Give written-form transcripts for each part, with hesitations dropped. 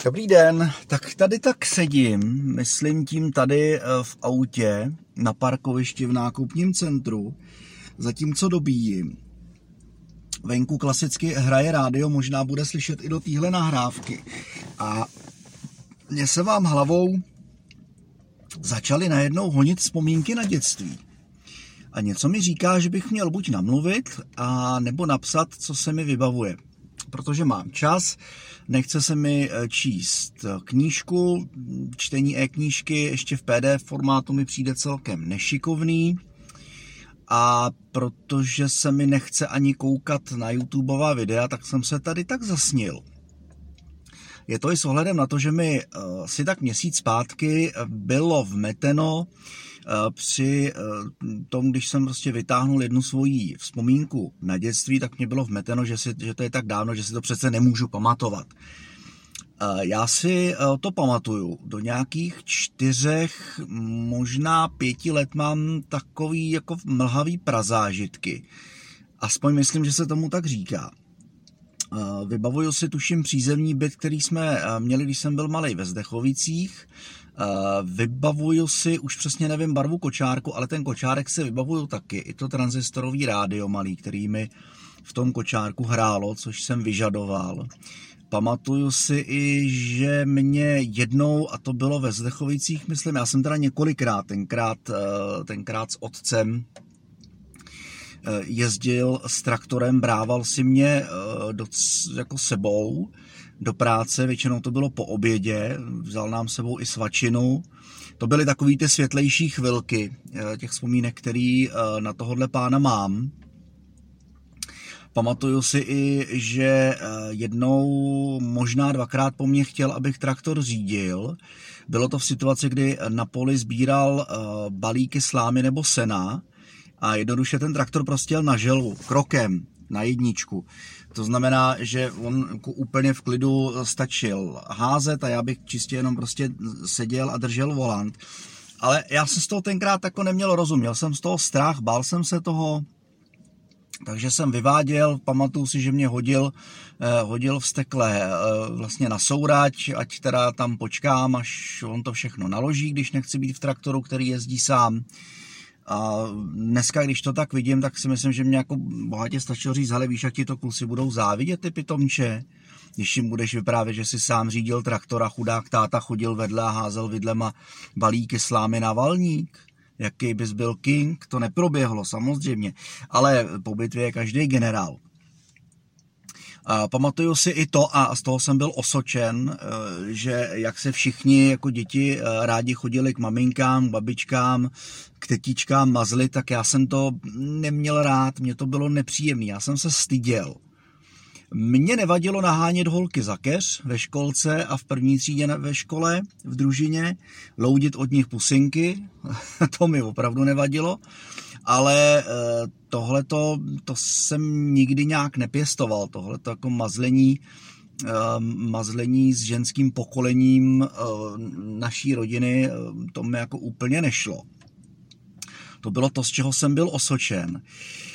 Dobrý den, tak tady tak sedím, myslím tím tady v autě na parkovišti v nákupním centru, zatímco dobíjím. Venku klasicky hraje rádio, možná bude slyšet i do téhle nahrávky. A mě se vám hlavou začaly najednou honit vzpomínky na dětství. A něco mi říká, že bych měl buď namluvit, a nebo napsat, co se mi vybavuje. Protože mám čas, nechce se mi číst knížku, čtení e-knížky ještě v PDF formátu mi přijde celkem nešikovný a protože se mi nechce ani koukat na YouTubeová videa, tak jsem se tady tak zasnil. Je to i s ohledem na to, že mi asi tak měsíc zpátky bylo vmeteno při tom, když jsem prostě vytáhnul jednu svoji vzpomínku na dětství, tak mě bylo vmeteno, že to je tak dávno, že si to přece nemůžu pamatovat. Já si to pamatuju. Do nějakých 4, možná 5 let mám takový jako mlhavý prazážitky. Aspoň myslím, že se tomu tak říká. Vybavuju si, tuším, přízemní byt, který jsme měli, když jsem byl malej ve Zdechovicích. Vybavuju si, už přesně nevím barvu kočárku, ale ten kočárek si vybavuju taky. I to tranzistorový rádio malý, který mi v tom kočárku hrálo, což jsem vyžadoval. Pamatuju si i, že mě jednou, a to bylo ve Zdechovicích, myslím, já jsem teda několikrát, tenkrát s otcem, jezdil s traktorem, brával si mě jako sebou do práce, většinou to bylo po obědě, vzal nám sebou i svačinu. To byly takový ty světlejší chvilky těch vzpomínek, který na tohodle pána mám. Pamatuju si i, že jednou, možná 2krát po mně chtěl, abych traktor řídil. Bylo to v situaci, kdy na poli sbíral balíky slámy nebo sena a jednoduše ten traktor prostě jel na želvu, krokem, na jedničku. To znamená, že on jako úplně v klidu stačil házet a já bych čistě jenom prostě seděl a držel volant. Ale já jsem z toho tenkrát jako neměl rozum, měl jsem z toho strach, bál jsem se toho, takže jsem vyváděl, pamatuju si, že mě hodil vztekle vlastně na sourač, ať teda tam počkám, až on to všechno naloží, když nechci být v traktoru, který jezdí sám. A dneska, když to tak vidím, tak si myslím, že mě jako bohatě stačilo říct, hele, víš, jak ti to kluci budou závidět, ty pitomče, když jim budeš vyprávět, že si sám řídil traktora, chudák táta chodil vedle a házel vidlema balíky slámy na valník. Jaký bys byl king, to neproběhlo samozřejmě, ale po bitvě je každý generál. Pamatuju si i to, a z toho jsem byl osočen, že jak se všichni jako děti rádi chodili k maminkám, k babičkám, k tetičkám mazlit, tak já jsem to neměl rád, mě to bylo nepříjemné, já jsem se styděl. Mně nevadilo nahánět holky za keř ve školce a v první třídě ve škole, v družině, loudit od nich pusinky, to mi opravdu nevadilo, ale tohleto to jsem nikdy nějak nepěstoval, tohleto jako mazlení s ženským pokolením naší rodiny, to mi jako úplně nešlo. To bylo to, z čeho jsem byl osočen.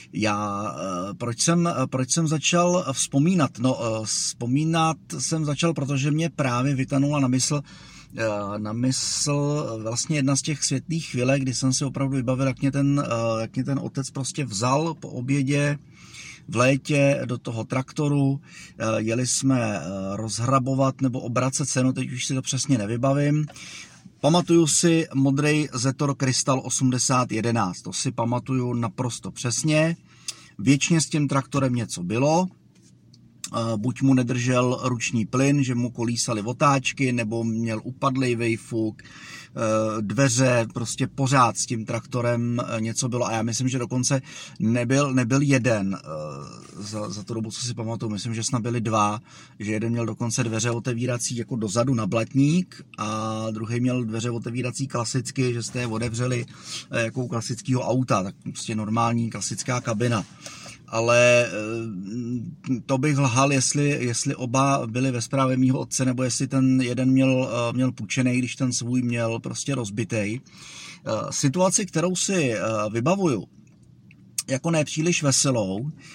Proč jsem začal vzpomínat? No, vzpomínat jsem začal, protože mě právě vytanula na mysl vlastně jedna z těch světlých chvílek, kdy jsem si opravdu vybavil, jak mě ten otec prostě vzal po obědě v létě do toho traktoru, jeli jsme rozhrabovat nebo obracet seno, teď už si to přesně nevybavím. Pamatuju si modrý Zetor Krystal 8011, to si pamatuju naprosto přesně. Věčně s tím traktorem něco bylo, buď mu nedržel ruční plyn, že mu kolísaly otáčky, nebo měl upadlej vejfuk, dveře, prostě pořád s tím traktorem něco bylo. A já myslím, že dokonce nebyl jeden za tu dobu, co si pamatuju. Myslím, že snad byly 2, že jeden měl dokonce dveře otevírací jako dozadu na blatník a druhý měl dveře otevírací klasicky, že jste je otevřeli jako u klasického auta, tak prostě normální klasická kabina. Ale to bych lhal, jestli oba byli ve správě mýho otce, nebo jestli ten jeden měl půjčenej, když ten svůj měl prostě rozbitej. Situaci, kterou si vybavuju, jako nepříliš veselou,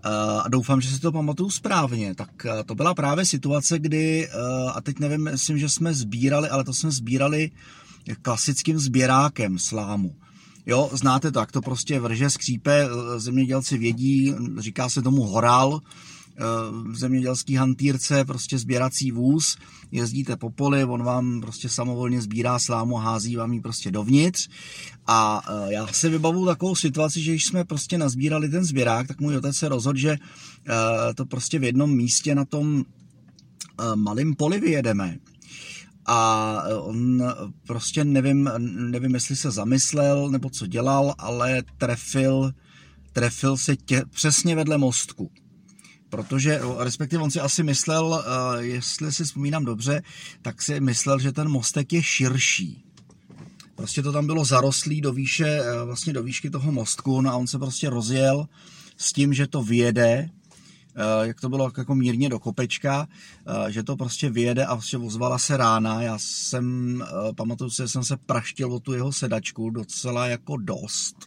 a doufám, že si to pamatuju správně, tak to byla právě situace, kdy, a teď nevím, myslím, že jsme sbírali, ale to jsme sbírali klasickým sběrákem slámu. Jo, znáte to, jak to prostě vrže, skřípe, zemědělci vědí, říká se tomu horál, zemědělský hantýrce, prostě sběrací vůz, jezdíte po poli, on vám prostě samovolně sbírá slámu, hází vám ji prostě dovnitř a já si vybavuju takovou situaci, že když jsme prostě nazbírali ten sběrák, tak můj otec se rozhodl, že to prostě v jednom místě na tom malém poli vyjedeme. A on prostě nevím, jestli se zamyslel nebo co dělal, ale trefil se přesně vedle mostku. Protože, respektive on si asi myslel, jestli si vzpomínám dobře, tak si myslel, že ten mostek je širší. Prostě to tam bylo zarostlý do výšky toho mostku, no a on se prostě rozjel s tím, že to vyjede, jak to bylo jako mírně do kopečka, že to prostě vyjede a prostě ozvala se rána. Já pamatuju si, že jsem se praštil o tu jeho sedačku docela jako dost.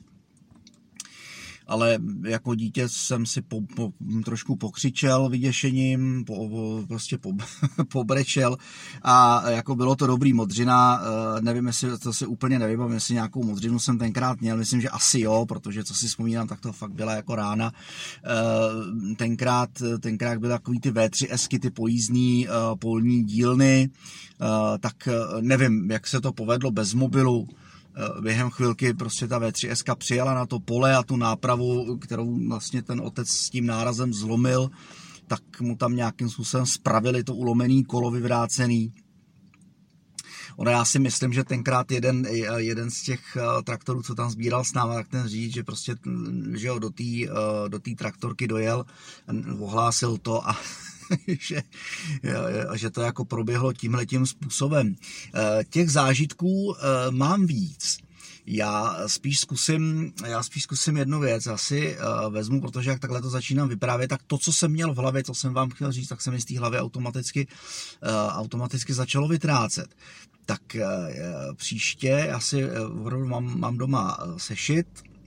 Ale jako dítě jsem si trošku pokřičel vyděšením, pobrečel a jako bylo to dobrý modřina, nevím, jestli to si úplně nevybavím, jestli nějakou modřinu jsem tenkrát měl, myslím, že asi jo, protože co si vzpomínám, tak to fakt byla jako rána. Tenkrát byly takový ty V3Sky, ty pojízdný polní dílny, tak nevím, jak se to povedlo bez mobilu. Během chvilky prostě ta V3S přijela na to pole a tu nápravu, kterou vlastně ten otec s tím nárazem zlomil, tak mu tam nějakým způsobem spravili to ulomený kolo vyvrácený. Ono já si myslím, že tenkrát jeden z těch traktorů, co tam sbíral s náma, tak ten řidič, že prostě že jo, do té traktorky dojel, ohlásil to a že to jako proběhlo tímhletím způsobem. Těch zážitků mám víc. Já spíš zkusím jednu věc, asi vezmu, protože jak takhle to začínám vyprávět, tak to, co jsem měl v hlavě, co jsem vám chtěl říct, tak se mi z té hlavy automaticky začalo vytrácet. Tak příště, já si mám doma sešit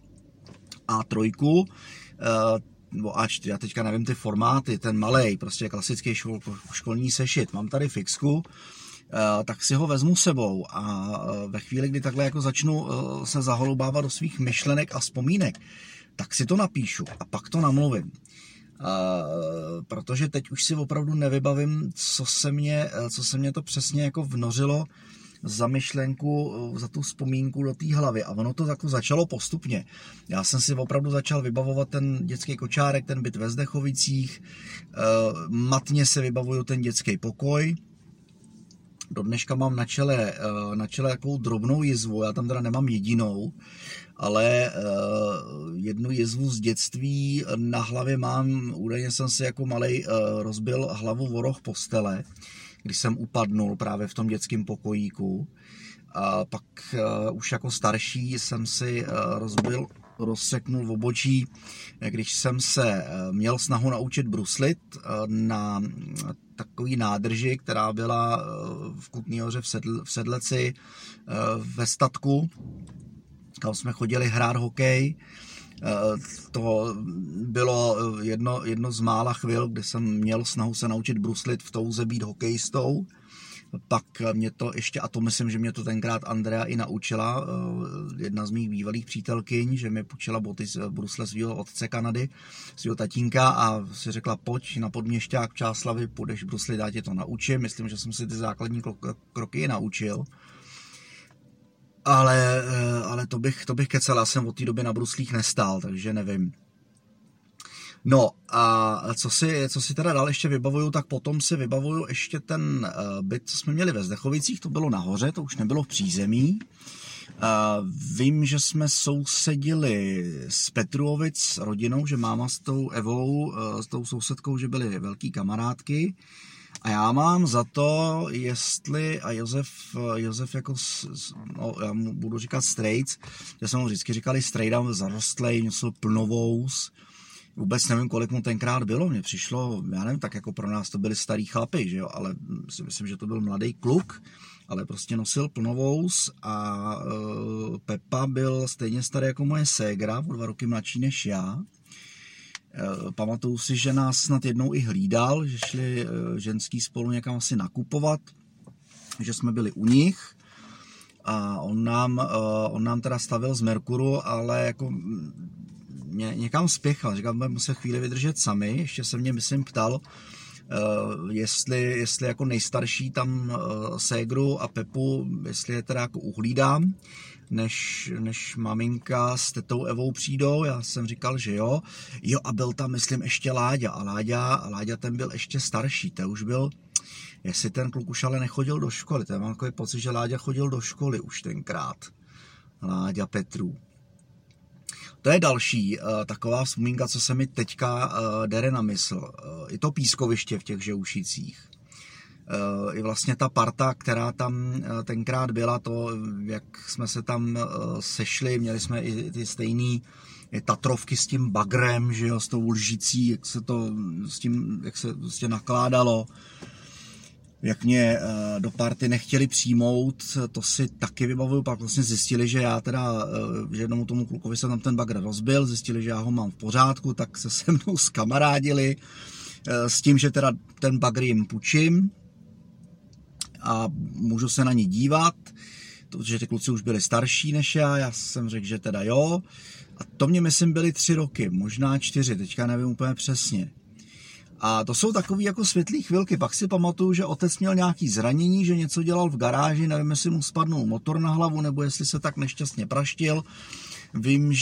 A3, A4, já teďka nevím ty formáty, ten malej, prostě klasický školní sešit, mám tady fixku, tak si ho vezmu sebou a ve chvíli, kdy takhle jako začnu se zaholubávat do svých myšlenek a vzpomínek, tak si to napíšu a pak to namluvím. Protože teď už si opravdu nevybavím, co se mě to přesně jako vnořilo za myšlenku, za tu vzpomínku do té hlavy. A ono to jako začalo postupně. Já jsem si opravdu začal vybavovat ten dětský kočárek, ten byt ve Zdechovicích. Matně se vybavuju ten dětský pokoj. Do dneška mám na čele takovou drobnou jizvu, já tam teda nemám jedinou, ale jednu jizvu z dětství na hlavě mám, údajně jsem si jako malej rozbil hlavu o roh postele, když jsem upadnul právě v tom dětském pokojíku. A pak už jako starší jsem si rozseknul v obočí, když jsem se měl snahu naučit bruslit na takový nádrži, která byla v Kutný Hoře v Sedleci ve statku, kam jsme chodili hrát hokej. To bylo jedno z mála chvil, kdy jsem měl snahu se naučit bruslit v touze být hokejistou. Pak mě to ještě, a to myslím, že mě to tenkrát Andrea i naučila, jedna z mých bývalých přítelkyň, že mi půjčila boty z brusle svého otce Kanady, svého tatínka a si řekla, pojď na Podměšťák v Čáslavi, půjdeš bruslit, já tě to naučím. Myslím, že jsem si ty základní kroky i naučil. Ale to bych kecel, já jsem od té doby na bruslích nestál, takže nevím. No a co si teda dál ještě vybavuju, tak potom si vybavuju ještě ten byt, co jsme měli ve Zdechovicích, to bylo nahoře, to už nebylo v přízemí. Vím, že jsme sousedili s Petruovic s rodinou, že máma s tou Evou, s tou sousedkou, že byly velký kamarádky. A já mám za to, jestli, a Josef jako, no, já mu budu říkat strejc, já jsem mu vždycky říkali strejda, zarostlej, něco plnovous. Vůbec nevím, kolik mu tenkrát bylo, mně přišlo, já nevím, tak jako pro nás to byli starý chlapi, že jo, ale si myslím, že to byl mladý kluk, ale prostě nosil plnovous a Pepa byl stejně starý jako moje ségra, o 2 roky mladší než já. Pamatuju si, že nás snad jednou i hlídal, že šli ženský spolu někam asi nakupovat, že jsme byli u nich a on nám teda stavil z Merkuru, ale jako někam spěchal, říkal, budeme muset chvíli vydržet sami, ještě se mě myslím ptal, jestli jako nejstarší tam ségru a Pepu, jestli je teda jako uhlídám, než maminka s tetou Evou přijdou, já jsem říkal, že jo, a byl tam, myslím, ještě Láďa a Láďa ten byl ještě starší, ten už byl, jestli ten kluk už ale nechodil do školy, to mám takový pocit, že Láďa chodil do školy už tenkrát, Láďa Petru. To je další taková vzpomínka, co se mi teďka dere na mysl. I to pískoviště v těch Žeušicích. I vlastně ta parta, která tam tenkrát byla, to, jak jsme se tam sešli, měli jsme i ty stejný Tatrovky s tím bagrem, že jo, s tou lžicí, jak se prostě nakládalo. Jak mě do party nechtěli přijmout, to si taky vybavuju, pak vlastně zjistili, že já teda, že jednomu tomu klukovi se tam ten bagr rozbil, zjistili, že já ho mám v pořádku, tak se mnou zkamarádili s tím, že teda ten bagr jim půjčím a můžu se na ně dívat, protože ty kluci už byli starší než já jsem řekl, že teda jo, a to mě myslím byly 3 roky, možná 4, teďka nevím úplně přesně. A to jsou takové jako světlý chvilky. Pak si pamatuju, že otec měl nějaký zranění, že něco dělal v garáži, nevím, jestli mu spadnul motor na hlavu, nebo jestli se tak nešťastně praštil. Vím,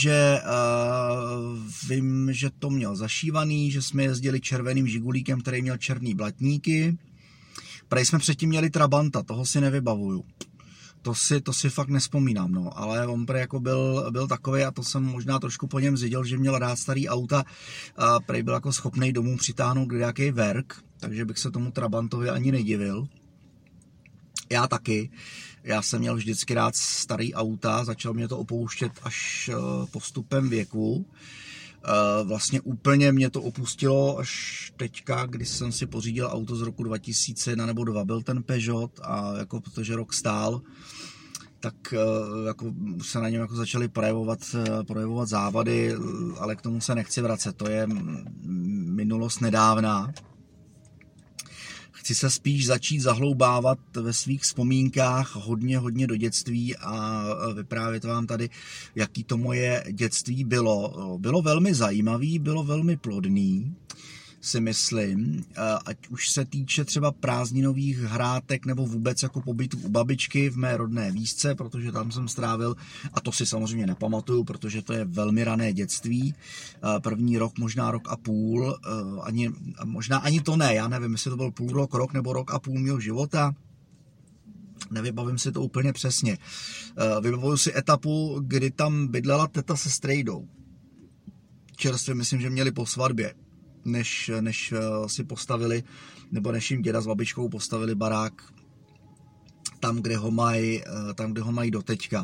že to měl zašívaný, že jsme jezdili červeným žigulíkem, který měl černý blatníky. Prej jsme předtím měli Trabanta, toho si nevybavuju. To si fakt nespomínám, no, ale on prej jako byl takový a to jsem možná trošku po něm zvěděl, že měl rád starý auta a prej byl jako schopnej domů přitáhnout nějaký verk, takže bych se tomu Trabantovi ani nedivil. Já taky. Já jsem měl vždycky rád starý auta, začal mě to opouštět až postupem věku. Vlastně úplně mě to opustilo až teďka, když jsem si pořídil auto z roku 2001 nebo 2002, byl ten Peugeot a jako protože rok stál, tak jako se na něm jako začaly projevovat závady, ale k tomu se nechci vracet, to je minulost nedávná. Chci se spíš začít zahloubávat ve svých vzpomínkách hodně do dětství a vyprávět vám tady, jaký to moje dětství bylo. Bylo velmi zajímavý, bylo velmi plodný, si myslím, ať už se týče třeba prázdninových hrátek nebo vůbec jako pobytu u babičky v mé rodné Vísce, protože tam jsem strávil, a to si samozřejmě nepamatuju, protože to je velmi rané dětství, první rok, možná rok a půl, možná ani to ne, já nevím, jestli to byl půl rok nebo rok a půl mého života, nevybavím si to úplně přesně. Vybavuju si etapu, kdy tam bydlela teta se strejdou. Čerstvě myslím, že měli po svatbě, než si postavili, nebo než jim děda s babičkou postavili barák tam, kde ho mají doteďka.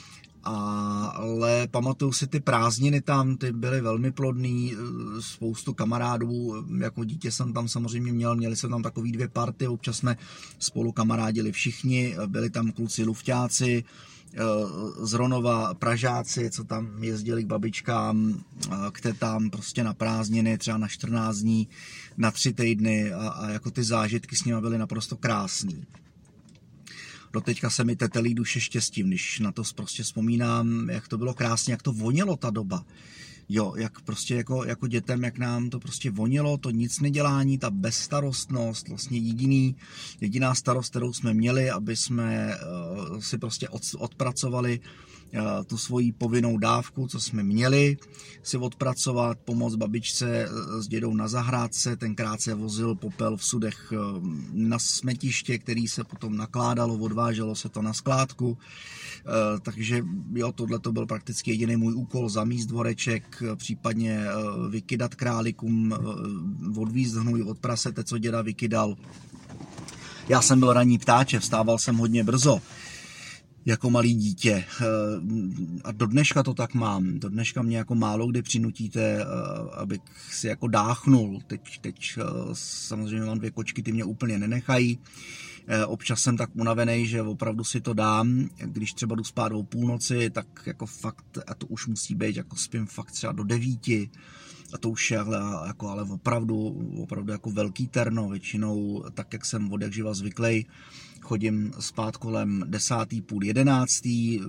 Ale pamatuju si ty prázdniny tam, ty byly velmi plodný, spoustu kamarádů, jako dítě jsem tam samozřejmě měli jsme tam takový 2 party, občas jsme spolu kamarádili všichni, byli tam kluci lufťáci, z Ronova Pražáci, co tam jezdili k babičkám, k tetám prostě na prázdniny, třeba na 14 dní, na 3 týdny a jako ty zážitky s nimi byly naprosto krásný. Doteďka se mi tetelí duše štěstím, když na to prostě vzpomínám, jak to bylo krásně, jak to vonilo ta doba. Jo, jak prostě jako dětem, jak nám to prostě vonilo, to nic nedělání, ta bezstarostnost, vlastně jediná starost, kterou jsme měli, aby jsme si prostě odpracovali tu svoji povinnou dávku, co jsme měli si odpracovat, pomoct babičce s dědou na zahrádce, tenkrát se vozil popel v sudech na smetiště, který se potom nakládalo, odváželo se to na skládku, takže jo, tohle to byl prakticky jediný můj úkol, zamíst dvoreček, případně vykydat králikům, odvízt hnůj od prasete, co děda vykydal. Já jsem byl ranní ptáče, vstával jsem hodně brzo, jako malý dítě. A do dneška to tak mám. Do dneška mě jako málo kdy přinutíte, abych si jako dáchnul. Teď samozřejmě mám 2 kočky, ty mě úplně nenechají. Občas jsem tak unavený, že opravdu si to dám. Když třeba jdu spát o půlnoci, tak jako fakt, a to už musí být, jako spím fakt třeba do 9. A to už je ale opravdu jako velký terno. Většinou, tak jak jsem od jak živa zvyklý, chodím spát kolem 10, půl 11,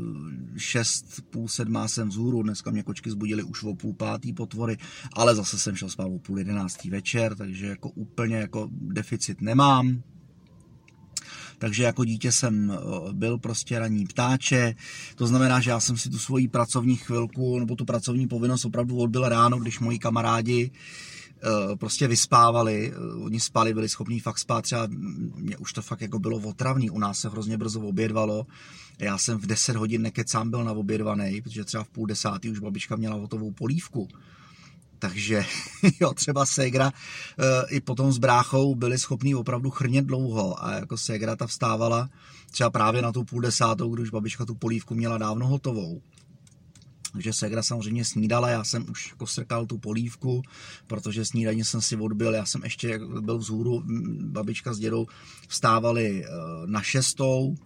6, půl 7 jsem vzhůru, dneska mě kočky zbudily už o půl 5 potvory, ale zase jsem šel spát o půl 11 večer, takže jako úplně jako deficit nemám. Takže jako dítě jsem byl prostě ranní ptáče, to znamená, že já jsem si tu svoji pracovní chvilku nebo tu pracovní povinnost opravdu odbyl ráno, když moji kamarádi prostě vyspávali, oni spali, byli schopní fakt spát, třeba mě už to fakt jako bylo otravný, u nás se hrozně brzo obědvalo, já jsem v 10 hodin nekecám byl naobědvanej, protože třeba v 9:30 už babička měla hotovou polívku. Takže jo, třeba ségra i potom s bráchou byli schopní opravdu chrnět dlouho a jako ségra ta vstávala třeba právě na tu 9:30, když babička tu polívku měla dávno hotovou. Takže ségra samozřejmě snídala, já jsem už jako srkal tu polívku, protože snídaní jsem si odbil, já jsem ještě byl vzhůru, babička s dědou vstávali na 6.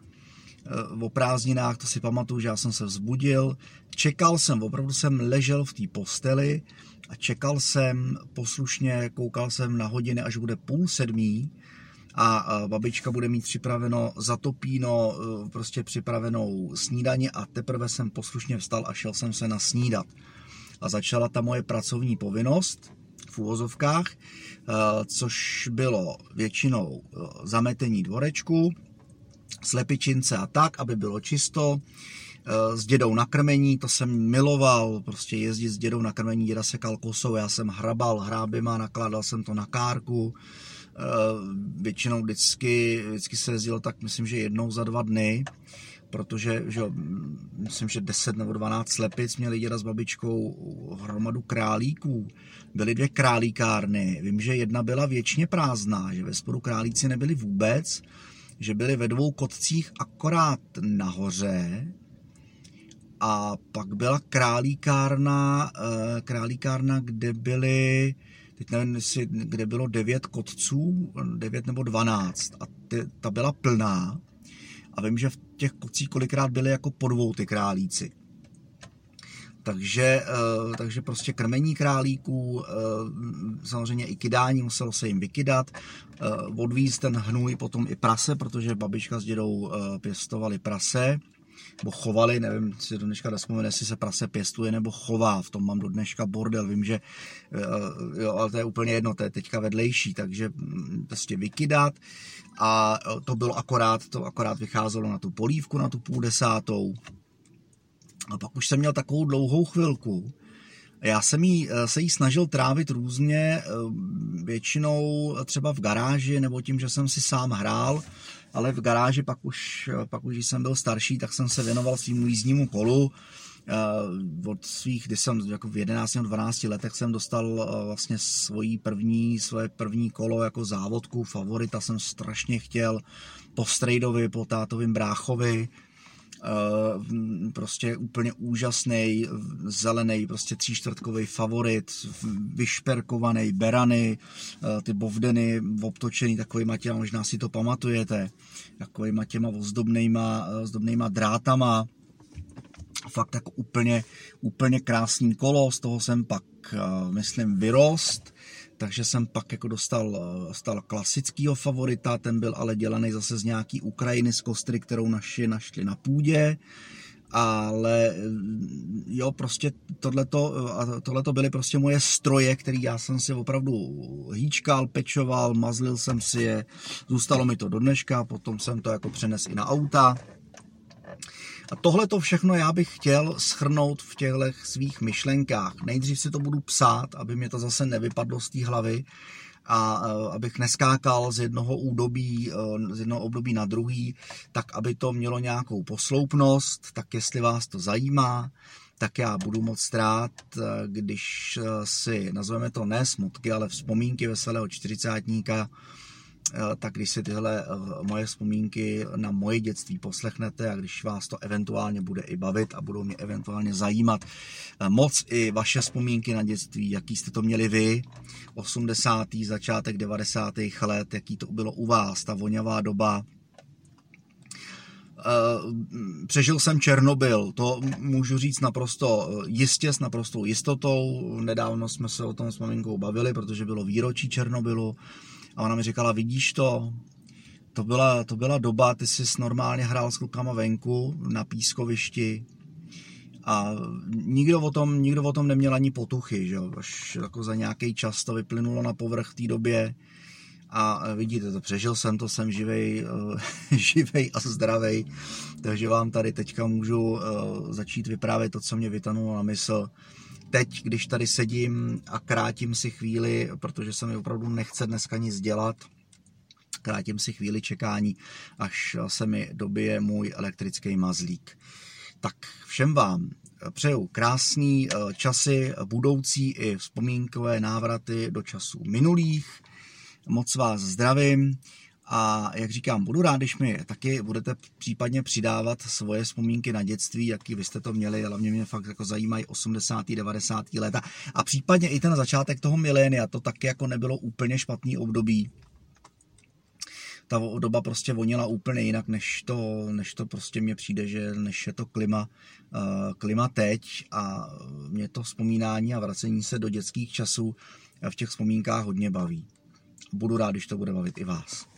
O prázdninách, to si pamatuju, že já jsem se vzbudil, čekal jsem, opravdu jsem ležel v té posteli a čekal jsem poslušně, koukal jsem na hodiny, až bude 6:30 a babička bude mít připraveno zatopíno, prostě připravenou snídaně a teprve jsem poslušně vstal a šel jsem se nasnídat. A začala ta moje pracovní povinnost v uvozovkách, což bylo většinou zametení dvorečku, slepičince a tak, aby bylo čisto, s dědou na krmení, to jsem miloval, prostě jezdit s dědou na krmení, děda sekal kosou, já jsem hrabal hrábima, nakládal jsem to na kárku, většinou vždycky se jezdilo tak, myslím, že jednou za 2 dny, protože že, myslím, že 10 nebo 12 slepic měli děda s babičkou hromadu králíků. Byly 2 králíkárny, vím, že jedna byla věčně prázdná, že ve spodu králíci nebyli vůbec, že byli ve 2 kotcích akorát nahoře a pak byla králíkárna, kde byly, teď nevím, kde bylo 9 kotců, 9 nebo 12 a ta byla plná a vím, že v těch kotcích kolikrát byly jako po 2 ty králíci. Takže prostě krmení králíků, samozřejmě i kydání, muselo se jim vykydat, odvízt ten hnůj, potom i prase, protože babička s dědou pěstovali prase, nebo chovali, nevím, si do dneška nespomenu, jestli se prase pěstuje nebo chová, v tom mám do dneška bordel, vím, že jo, ale to je úplně jedno, to je teďka vedlejší, takže prostě vykydat a to akorát vycházelo na tu polívku, na tu 9:30. A pak už jsem měl takovou dlouhou chvilku. Já jsem se jí snažil trávit různě, většinou třeba v garáži, nebo tím, že jsem si sám hrál, ale v garáži pak už, když jsem byl starší, tak jsem se věnoval svým jízdnímu kolu. Od svých, když jsem jako v 11 nebo 12 letech jsem dostal vlastně svoje první kolo jako závodku, favorita jsem strašně chtěl, po strejdovi, po tátovým bráchovi, prostě úplně úžasný, zelený, prostě 3/4 favorit, vyšperkovaný, berany, ty bovdeny obtočený takovýma těma, možná si to pamatujete, takovýma těma ozdobnýma drátama, fakt jako úplně krásný kolo, z toho jsem pak, myslím, vyrost, takže jsem pak jako dostal klasického favorita, ten byl ale dělaný zase z nějaký Ukrajiny, z kostry, kterou naši našli na půdě, ale jo, prostě tohleto byly prostě moje stroje, které já jsem si opravdu hýčkal, pečoval, mazlil jsem si je, zůstalo mi to do dneška, potom jsem to jako přenes i na auta. A tohleto všechno já bych chtěl shrnout v těchto svých myšlenkách. Nejdřív si to budu psát, aby mě to zase nevypadlo z té hlavy a abych neskákal z jednoho období na druhý, tak aby to mělo nějakou posloupnost, tak jestli vás to zajímá, tak já budu moc rád, když si nazveme to ne smutky, ale vzpomínky veselého čtyřicátníka, tak když si tyhle moje vzpomínky na moje dětství poslechnete a když vás to eventuálně bude i bavit a budou mě eventuálně zajímat moc i vaše vzpomínky na dětství, jaký jste to měli vy, 80. začátek 90. let, jaký to bylo u vás, ta vonavá doba, přežil jsem Černobyl, to můžu říct naprosto jistě, s naprostou jistotou. Nedávno jsme se o tom s maminkou bavili, protože bylo výročí Černobylu a ona mi říkala, vidíš to byla doba, ty jsi normálně hrál s klukama venku na pískovišti a nikdo o tom neměl ani potuchy, že jo? Až jako za nějaký čas to vyplynulo na povrch v té době. A vidíte, to přežil jsem, to jsem živej a zdravej, takže vám tady teďka můžu začít vyprávět to, co mě vytanulo na mysl. Teď, když tady sedím a krátím si chvíli, protože se mi opravdu nechce dneska nic dělat, krátím si chvíli čekání, až se mi dobije můj elektrický mazlík. Tak všem vám přeju krásný časy budoucí i vzpomínkové návraty do časů minulých. Moc vás zdravím a jak říkám, budu rád, když mi taky budete případně přidávat svoje vzpomínky na dětství, jaký vy jste to měli, ale mě fakt jako zajímají 80. 90. léta a případně i ten začátek toho milénia, to taky jako nebylo úplně špatný období. Ta doba prostě vonila úplně jinak, než to prostě mně přijde, že než je to klima teď a mě to vzpomínání a vracení se do dětských časů v těch vzpomínkách hodně baví. Budu rád, když to bude bavit i vás.